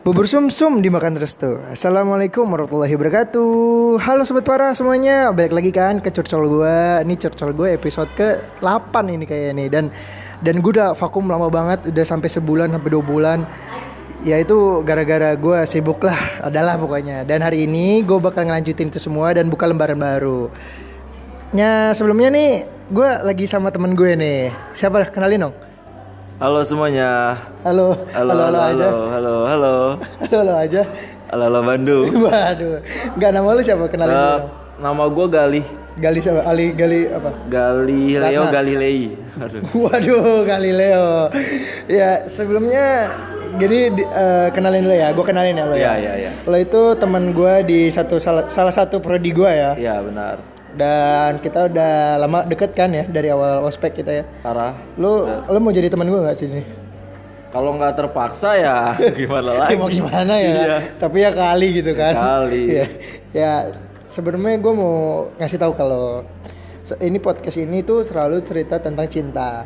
Bubur sumsum dimakan terus tuh. Assalamualaikum warahmatullahi wabarakatuh. Halo sobat parah semuanya, balik lagi kan ke curcol gue. Ini curcol gue episode ke-8 ini kayaknya nih. Dan gue udah vakum lama banget, udah sampai sebulan sampai 2 bulan. Ya itu gara-gara gue sibuk lah, adalah pokoknya. Dan hari ini gue bakal ngelanjutin itu semua dan buka lembaran baru. Sebelumnya nih gue lagi sama temen gue nih. Siapa? Kenalin dong. Halo semuanya. Halo aja. Halo aja. Halo Bandung. Waduh, nggak nama lu siapa? Kenalin dulu. Nama gue Gali. Gali siapa? Gali apa? Galileo Galilei. Waduh, Galileo. Ya sebelumnya, jadi kenalin dulu ya. Gue kenalin ya lo ya. Iya. Lo itu teman gue di salah satu prodi gue ya. Iya benar. Dan kita udah lama deket kan ya, dari awal ospek kita ya. Parah. Lo mau jadi teman gue nggak sih ini? Kalau nggak terpaksa ya gimana lagi? Mau gimana ya? Iya. Tapi ya kali gitu kan. Kali. ya sebenarnya gue mau ngasih tahu kalau ini podcast ini tuh selalu cerita tentang cinta.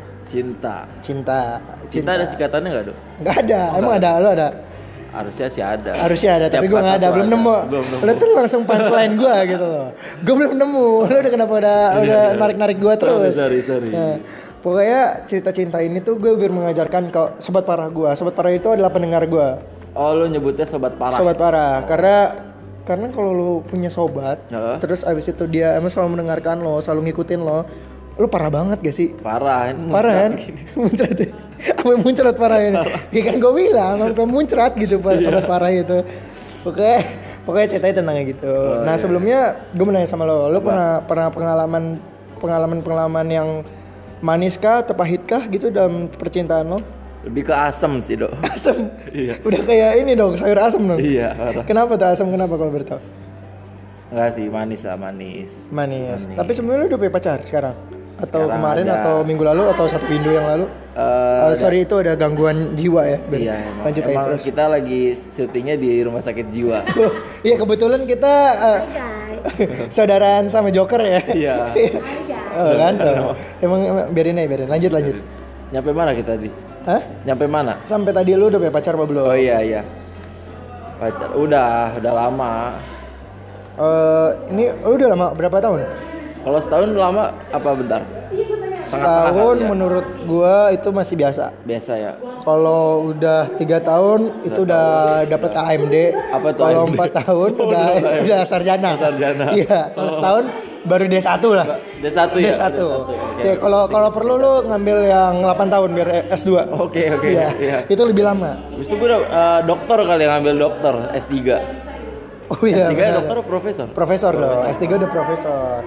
Cinta ada singkatannya nggak dong? Nggak ada. Emang ada? Lo ada? Harusnya ada. Tapi gue nggak ada. Belum nemu. Lo tuh langsung punchline gue gitu loh. Gue belum nemu. Lo udah kenapa udah narik gue terus? Sorry. Nah, pokoknya cerita cinta ini tuh gue biar mengajarkan ke sobat parah gue. Sobat parah itu adalah pendengar gue. Oh, lo nyebutnya sobat parah. Sobat parah. Karena kalau lo punya sobat, terus abis itu dia emang selalu mendengarkan lo, selalu ngikutin lo parah banget gak sih? Parah kan? Muncrat ya? Apa muncrat parah ini? Ya kan gue bilang, sampai muncrat gitu sobat parah itu. Pokoknya ceritanya tentang gitu. Sebelumnya gue mau nanya sama lo pernah pengalaman yang manis kah atau pahit kah gitu dalam percintaan lo? Lebih ke asem sih dok. Asem? Iya. Udah kayak ini dong, sayur asem dong? Iya parah. Kenapa tuh asem, kenapa kalau bertahu? Enggak sih, manis. Tapi sebenarnya lo udah punya pacar sekarang? Atau sekarang kemarin ada. Atau minggu lalu atau 1 minggu yang lalu? Sorry itu ada gangguan jiwa ya. Iya lanjut aja terus. Kita lagi syutingnya di rumah sakit jiwa. Iya kebetulan kita saudaraan sama Joker ya. Iya. Kan tuh. Emang biarin. Lanjut. Nyampe mana kita tadi? Hah? Nyampe mana? Sampai tadi lu udah punya pacar apa belum? Oh iya. Pacar. Udah lama. Ini lu udah lama berapa tahun? Kalau setahun lama apa bentar? Setahun menurut gua itu masih biasa. Biasa ya. Kalau udah 3 tahun itu udah dapat AMD. Kalau 4 tahun udah sarjana. Iya, kalau setahun baru D1 lah. D1 ya. D1. Oke, kalau perlu lu ngambil yang 8 tahun biar S2. Oke. Iya. Itu lebih lama. Habis itu gua dokter kali yang ngambil dokter S3. Oh iya. S3 dokter atau profesor? Profesor dong. S3 udah profesor.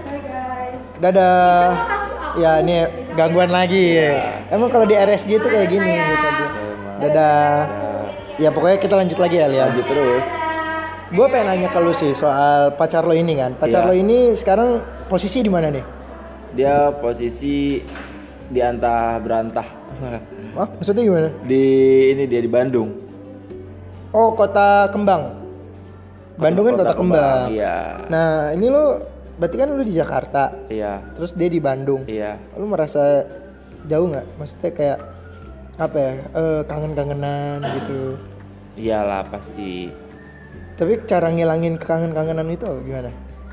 Dadah. Ya ini gangguan lagi. Emang kalau di RSJ itu kayak gini gitu aja. Dadah. Ya pokoknya kita lanjut lagi ya. Lanjut terus. Gue pengen nanya ke lu sih soal pacar lo ini kan. Pacar lo ini sekarang posisi di mana nih? Dia posisi di antah berantah. Hah? Maksudnya gimana? Dia di Bandung. Oh, Kota Kembang. Bandung kan Kota Kembang. Iya. Nah, ini lo berarti kan lu di Jakarta. Iya. Terus dia di Bandung. Iya. Lu merasa jauh nggak? Maksudnya kayak apa ya? Kangen-kangenan gitu. Iyalah pasti. Tapi cara ngilangin kangen-kangenan itu gimana?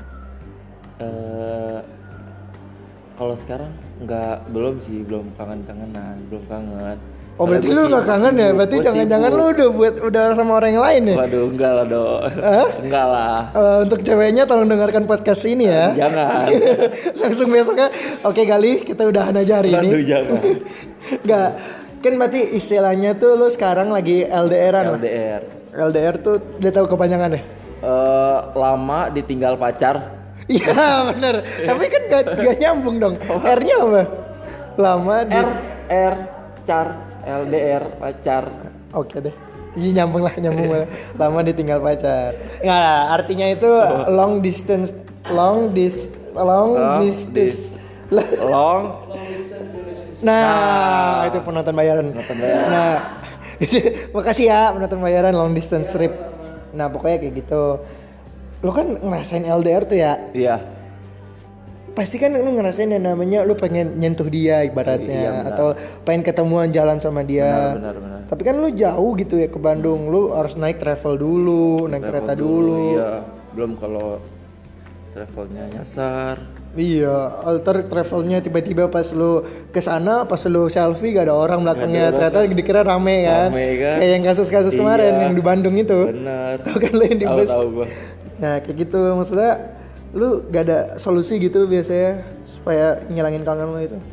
Kalau sekarang belum kangen-kangenan, belum kangen. Oh berarti lu nggak kangen ya? Berarti jangan-jangan lu udah sama orang yang lain ya? Waduh, enggak lah dong. Enggak lah. Untuk ceweknya tolong dengarkan podcast ini ya. Jangan. Langsung besoknya, oke Gali, kita udahan aja hari ini. Waduh, jangan. Enggak, kan berarti istilahnya tuh lu sekarang lagi LDR-an. LDR tuh dia tahu kepanjangan deh. Lama ditinggal pacar. Iya bener. Tapi kan gak nyambung dong. R-nya apa? Lama di car. LDR pacar. Oke deh. Iya nyambung lah. Lama ditinggal pacar. Enggak lah, artinya itu long distance. Nah, itu penonton bayaran. Nah, makasih ya penonton bayaran long distance trip. Nah, pokoknya kayak gitu. Lo kan ngerasain LDR tuh ya? Iya. pasti kan lu ngerasain yang namanya lu pengen nyentuh dia ibaratnya, atau pengen ketemuan jalan sama dia. Benar. Tapi kan lu jauh gitu ya ke Bandung, lu harus naik travel dulu, naik kereta dulu. Iya, belum kalau travelnya nyasar. Iya, alter travelnya tiba-tiba pas lu kesana, pas lu selfie gak ada orang belakangnya, ternyata dikira rame kan. Kayak yang kasus-kasus kemarin yang di Bandung itu. Bener. Tahu kan lu yang di bus. Tahu gua. Nah kayak gitu, maksudnya lu gak ada solusi gitu biasanya supaya ngilangin kangen lo itu?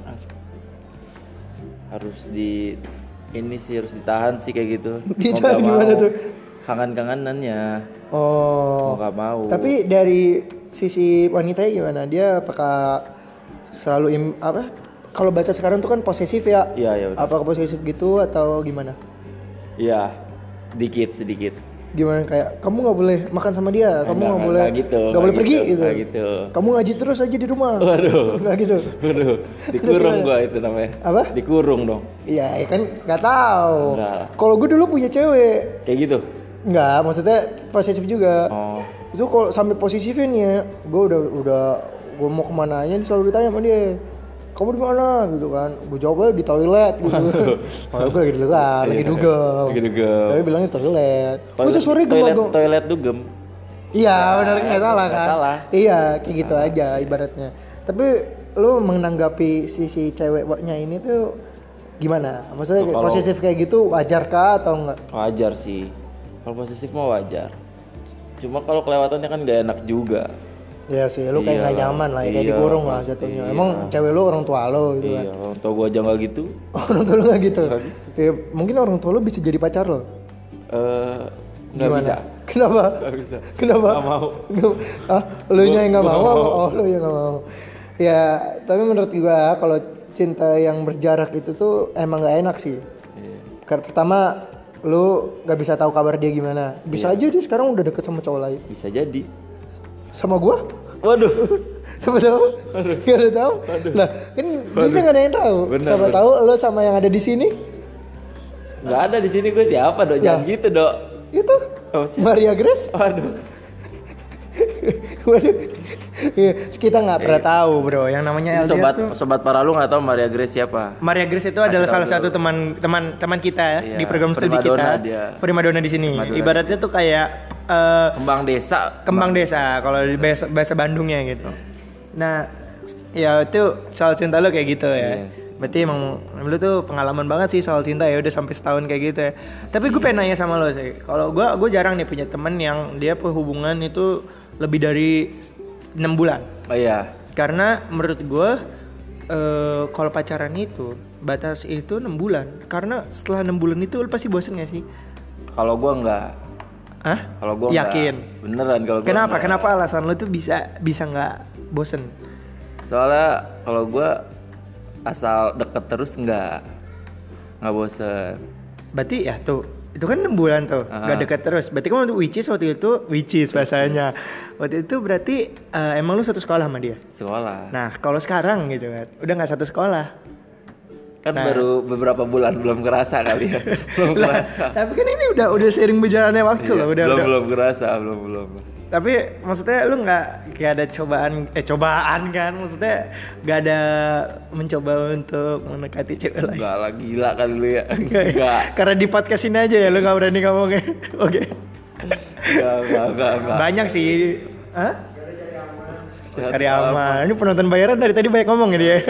Harus harus ditahan sih kayak gitu. Ditahan gimana tuh? Kangen-kangenannya. Oh. Mau gak mau. Tapi dari sisi wanitanya gimana? Dia apakah selalu kalau bahasa sekarang tuh kan posesif ya? Iya. Apakah posesif gitu atau gimana? Iya, sedikit. Gimana kayak kamu nggak boleh makan sama dia, kamu nggak boleh nggak boleh pergi gitu. Gitu. Kamu ngaji terus aja di rumah. Waduh. Nggak gitu. Waduh. Dikurung gua itu namanya. Apa? Dikurung dong. Iya, kan nggak tahu. Kalau gue dulu punya cewek. Kayak gitu? Nggak, maksudnya posesif juga. Oh. Itu kalau sampai posesifin ya, gue udah gue mau kemana aja selalu ditanya sama dia, kamu di mana gitu kan, gue jawabnya di toilet gitu. Kalau gue lagi dulu kan, lagi dugem. Tapi bilangnya di toilet. Itu sore gue toilet dugem. Iya benar, nggak salah kan? Salah. Iya kayak gitu aja ibaratnya. Tapi lu menanggapi sisi ceweknya ini tuh gimana? Maksudnya posesif kayak gitu wajar kah atau enggak? Wajar sih. Kalau posesif mah wajar. Cuma kalau kelewatannya kan gak enak juga. Iya sih, lu kayak gak nyaman lah, kayak dikurung lah jatuhnya. Emang cewek lu orang tua lo gitu kan? Iya, orang tua gua aja gak gitu. Orang tua lu gak gitu? Ya, mungkin orang tua lu bisa jadi pacar lo? Gak bisa. Kenapa? Gak bisa. Kenapa? Gak mau. Lu nya yang gak mau? Oh, lu yang gak mau. Ya, tapi menurut gua kalau cinta yang berjarak itu tuh emang gak enak sih. Karena pertama, lu gak bisa tahu kabar dia gimana. Bisa aja dia sekarang udah deket sama cowok lain. Bisa jadi. Sama gua? Waduh. Siapa tahu? Gak ada tahu. Lah, kan dia gak ada yang tahu. Siapa tahu lo sama yang ada di sini? Gak ada di sini gue siapa, Dok? Jangan gitu, Dok. Itu. Maria Grace? Waduh. Kita nggak pernah tahu bro yang namanya LDR sobat para lu nggak tahu Maria Grace siapa? Maria Grace itu adalah salah satu teman kita di program studi kita. Primadona di sini. Ibaratnya tuh kayak kembang desa kalau di bahasa Bandungnya gitu. Nah ya itu soal cinta lu kayak gitu ya. Berarti emang lu tuh pengalaman banget sih soal cinta ya, udah sampai setahun kayak gitu ya. Tapi gue pengen nanya sama lo sih, kalau gue jarang nih punya temen yang dia hubungan itu lebih dari 6 bulan. Oh iya. Karena menurut gue kalau pacaran itu batas itu 6 bulan. Karena setelah 6 bulan itu lu pasti bosen gak sih? Kalau gue enggak. Hah? Kalau gue yakin? Enggak. Beneran kalau gue. Kenapa alasan lu tuh bisa nggak bosen? Soalnya kalau gue asal deket terus nggak bosen. Berarti ya tuh itu kan 6 bulan tuh nggak deket terus. Berarti kan which is bahasanya. Waktu itu berarti emang lu satu sekolah sama dia? Sekolah. Nah kalau sekarang gitu kan udah nggak satu sekolah. Kan baru beberapa bulan belum kerasa kali ya. Belum kerasa. Tapi kan ini udah sering berjalannya waktu loh. Belum kerasa. Tapi maksudnya lu nggak ada cobaan kan? Maksudnya nggak ada mencoba untuk mendekati cewek lain? Nggak lah, gila kali lu ya. Nggak. Karena di podcast ini aja ya lu nggak berani ngomongnya. Oke. Nggak. Banyak sih. Hah? Cari aman. Ini penonton bayaran dari tadi banyak ngomong ya dia.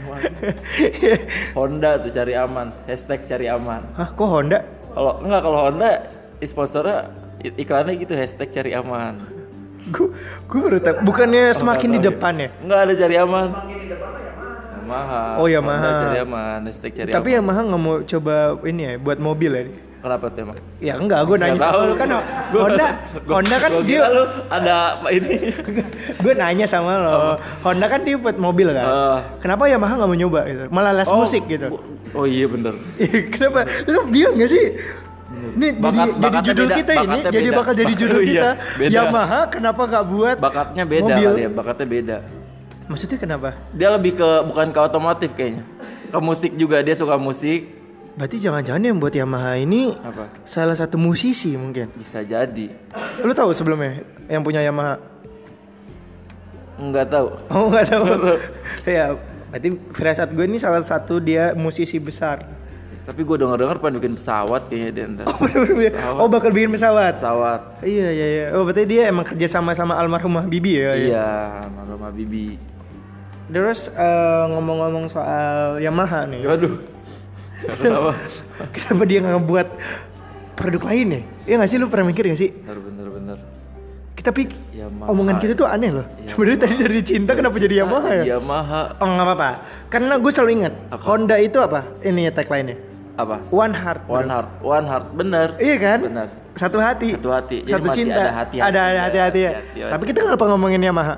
Honda tuh cari aman. #cari aman. Hah? Kok Honda? Kalau Honda sponsornya iklannya gitu #cari aman. Gue baru tahu. Bukannya semakin di depan ya? Enggak ada cari aman. Semakin di depan Yamaha. Oh Yamaha. Cari aman, #cari aman. Tapi Yamaha nggak mau coba ini ya buat mobil ya? Kenapa tuh emang? Ya enggak, gue nanya sama lu kan Honda kan dia lu ada ini. Gue nanya sama lo. Honda kan dia buat mobil kan. Kenapa Yamaha nggak mau nyoba gitu? Malah les musik gitu. Oh iya bener. Kenapa? Lu bilang nggak sih? Ini jadi judul beda, kita ini jadi bakal jadi judul kita. Yamaha kenapa nggak buat bakatnya beda mobil? Kali ya, bakatnya beda. Maksudnya kenapa? Dia lebih bukan ke otomotif kayaknya. Ke musik juga, dia suka musik. Berarti jangan-jangan yang buat Yamaha ini salah satu musisi mungkin. Bisa jadi. Lu tahu sebelumnya yang punya Yamaha? Enggak tahu. Oh nggak tahu. Ya, berarti firasat gue ini salah satu dia musisi besar. Tapi gue dengar pengen bikin pesawat kayaknya dia ntar. Oh bakal bikin pesawat. Pesawat. Iya. Oh berarti dia emang kerja sama almarhumah Bibi ya? Iya, almarhumah Bibi. Terus ngomong-ngomong soal Yamaha nih. Waduh. Kenapa? Kenapa dia nggak ngebuat produk lain ya? Iya nggak sih, lu pernah mikir nggak sih? Bener. Tapi Yamaha. omongan kita tuh aneh loh. Sebenarnya tadi dari cinta kenapa jadi Yamaha ya? Yamaha. Oh nggak apa-apa. Karena gue selalu ingat Honda itu apa? Ini ya tagline-nya. Apa? One heart. One heart. Bener. Iya kan? Bener. Satu hati. Jadi Satu masih cinta. ada hati-hati. Ada hati-hati ya. Tapi kita ngapa ngomongin Yamaha?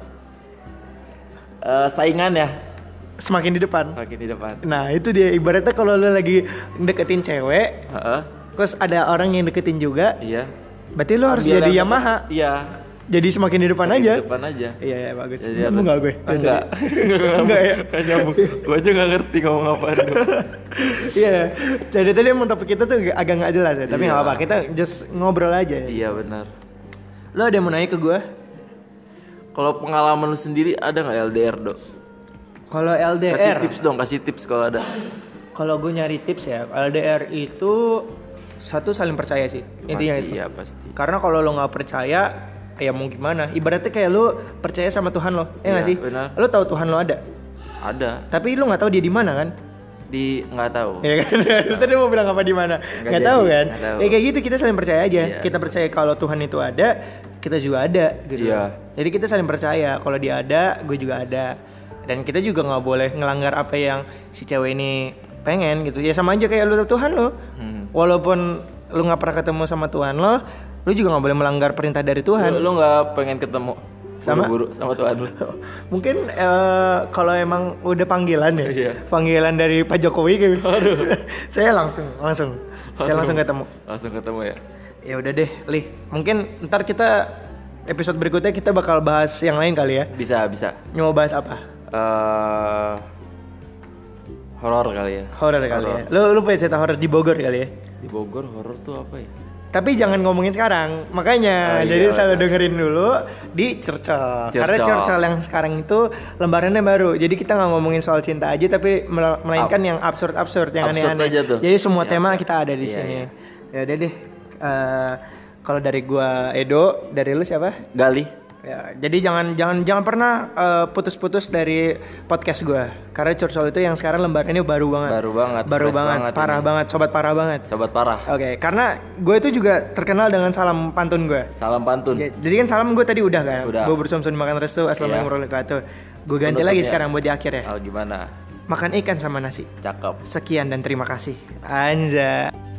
Saingan ya. Semakin di depan. Makin di depan. Nah itu dia, ibaratnya kalau lu lagi deketin cewek, Heeh. terus ada orang yang deketin juga, Iya. berarti lu harus Ambil jadi yang Yamaha. Iya. Jadi semakin di depan Di aja. depan aja. Iya bagus. Jadi Nyambung nggak gue? Enggak. Enggak ya? Enggak nyambung. Gue aja nggak ngerti ngomong apaan. Iya. Dari tadi emang topik kita tuh agak nggak jelas ya. Tapi nggak Iya. apa-apa. Kita just ngobrol aja. Iya benar. Lo ada yang mau nanya ke gue? Kalau pengalaman lu sendiri ada nggak LDR dok? Kalau Kasih LDR, tips dong, kasih tips kalau ada. kalau gue nyari tips ya, LDR itu satu saling percaya sih. Intinya Pasti, itu. iya pasti. Karena kalau lo nggak percaya, ya mau gimana? Ibaratnya kayak lo percaya sama Tuhan lo, ya nggak Iya, sih? benar. Lo tahu Tuhan lo ada, Ada. tapi lo nggak tahu dia di mana kan? Nggak tahu. Ya kan? Tadi mau bilang apa di mana? Nggak jadi, tahu kan? nggak tahu. Ya kayak gitu, kita saling percaya aja. Iya. Kita percaya kalau Tuhan itu ada, kita juga ada gitu. Iya. Jadi kita saling percaya kalau dia ada, gue juga ada. Dan kita juga nggak boleh ngelanggar apa yang si cewek ini pengen gitu. Ya sama aja kayak lu Tuhan lo. Walaupun lu nggak pernah ketemu sama Tuhan lo, lu juga nggak boleh melanggar perintah dari Tuhan. Lu nggak pengen ketemu Sama? buru-buru sama Tuhan lu? Mungkin kalau emang udah panggilan ya, Iya. panggilan dari Pak Jokowi kayak. Saya langsung, saya langsung ketemu. Langsung ketemu ya. Ya udah deh, Lih. Mungkin ntar kita episode berikutnya kita bakal bahas yang lain kali ya. Bisa. Mau bahas apa? Horor kali ya. Horor kali ya. Lu punya cerita horor di Bogor kali ya? Di Bogor horor tuh apa ya? Tapi jangan ngomongin sekarang, makanya Oh, jadi iya, selalu benar. dengerin dulu di Cercol. Karena Cercol. Cercol yang sekarang itu lembarannya baru. Jadi kita nggak ngomongin soal cinta aja, tapi melainkan yang absurd-absurd, yang Absurd aneh-aneh. aja tuh. Jadi semua Ya, tema ya. kita ada di Iya, sini. iya. Ya udah deh. Kalau dari gua Edo, dari lu siapa? Gali. Ya, jadi jangan pernah putus-putus dari podcast gue. Karena Curcol itu yang sekarang lembarannya baru banget. Baru banget, fresh parah ini. banget, sobat parah banget. Sobat parah. Oke, karena gue itu juga terkenal dengan salam pantun gue. Salam pantun. Jadi kan salam gue tadi udah kan. Udah. Gue bersumsum makan restu, assalamualaikum warahmatullahi wabarakatuh. Gue ganti lagi Penutupnya. sekarang buat di akhir ya. Oh gimana? Makan ikan sama nasi. Cakep. Sekian dan terima kasih. Anjay.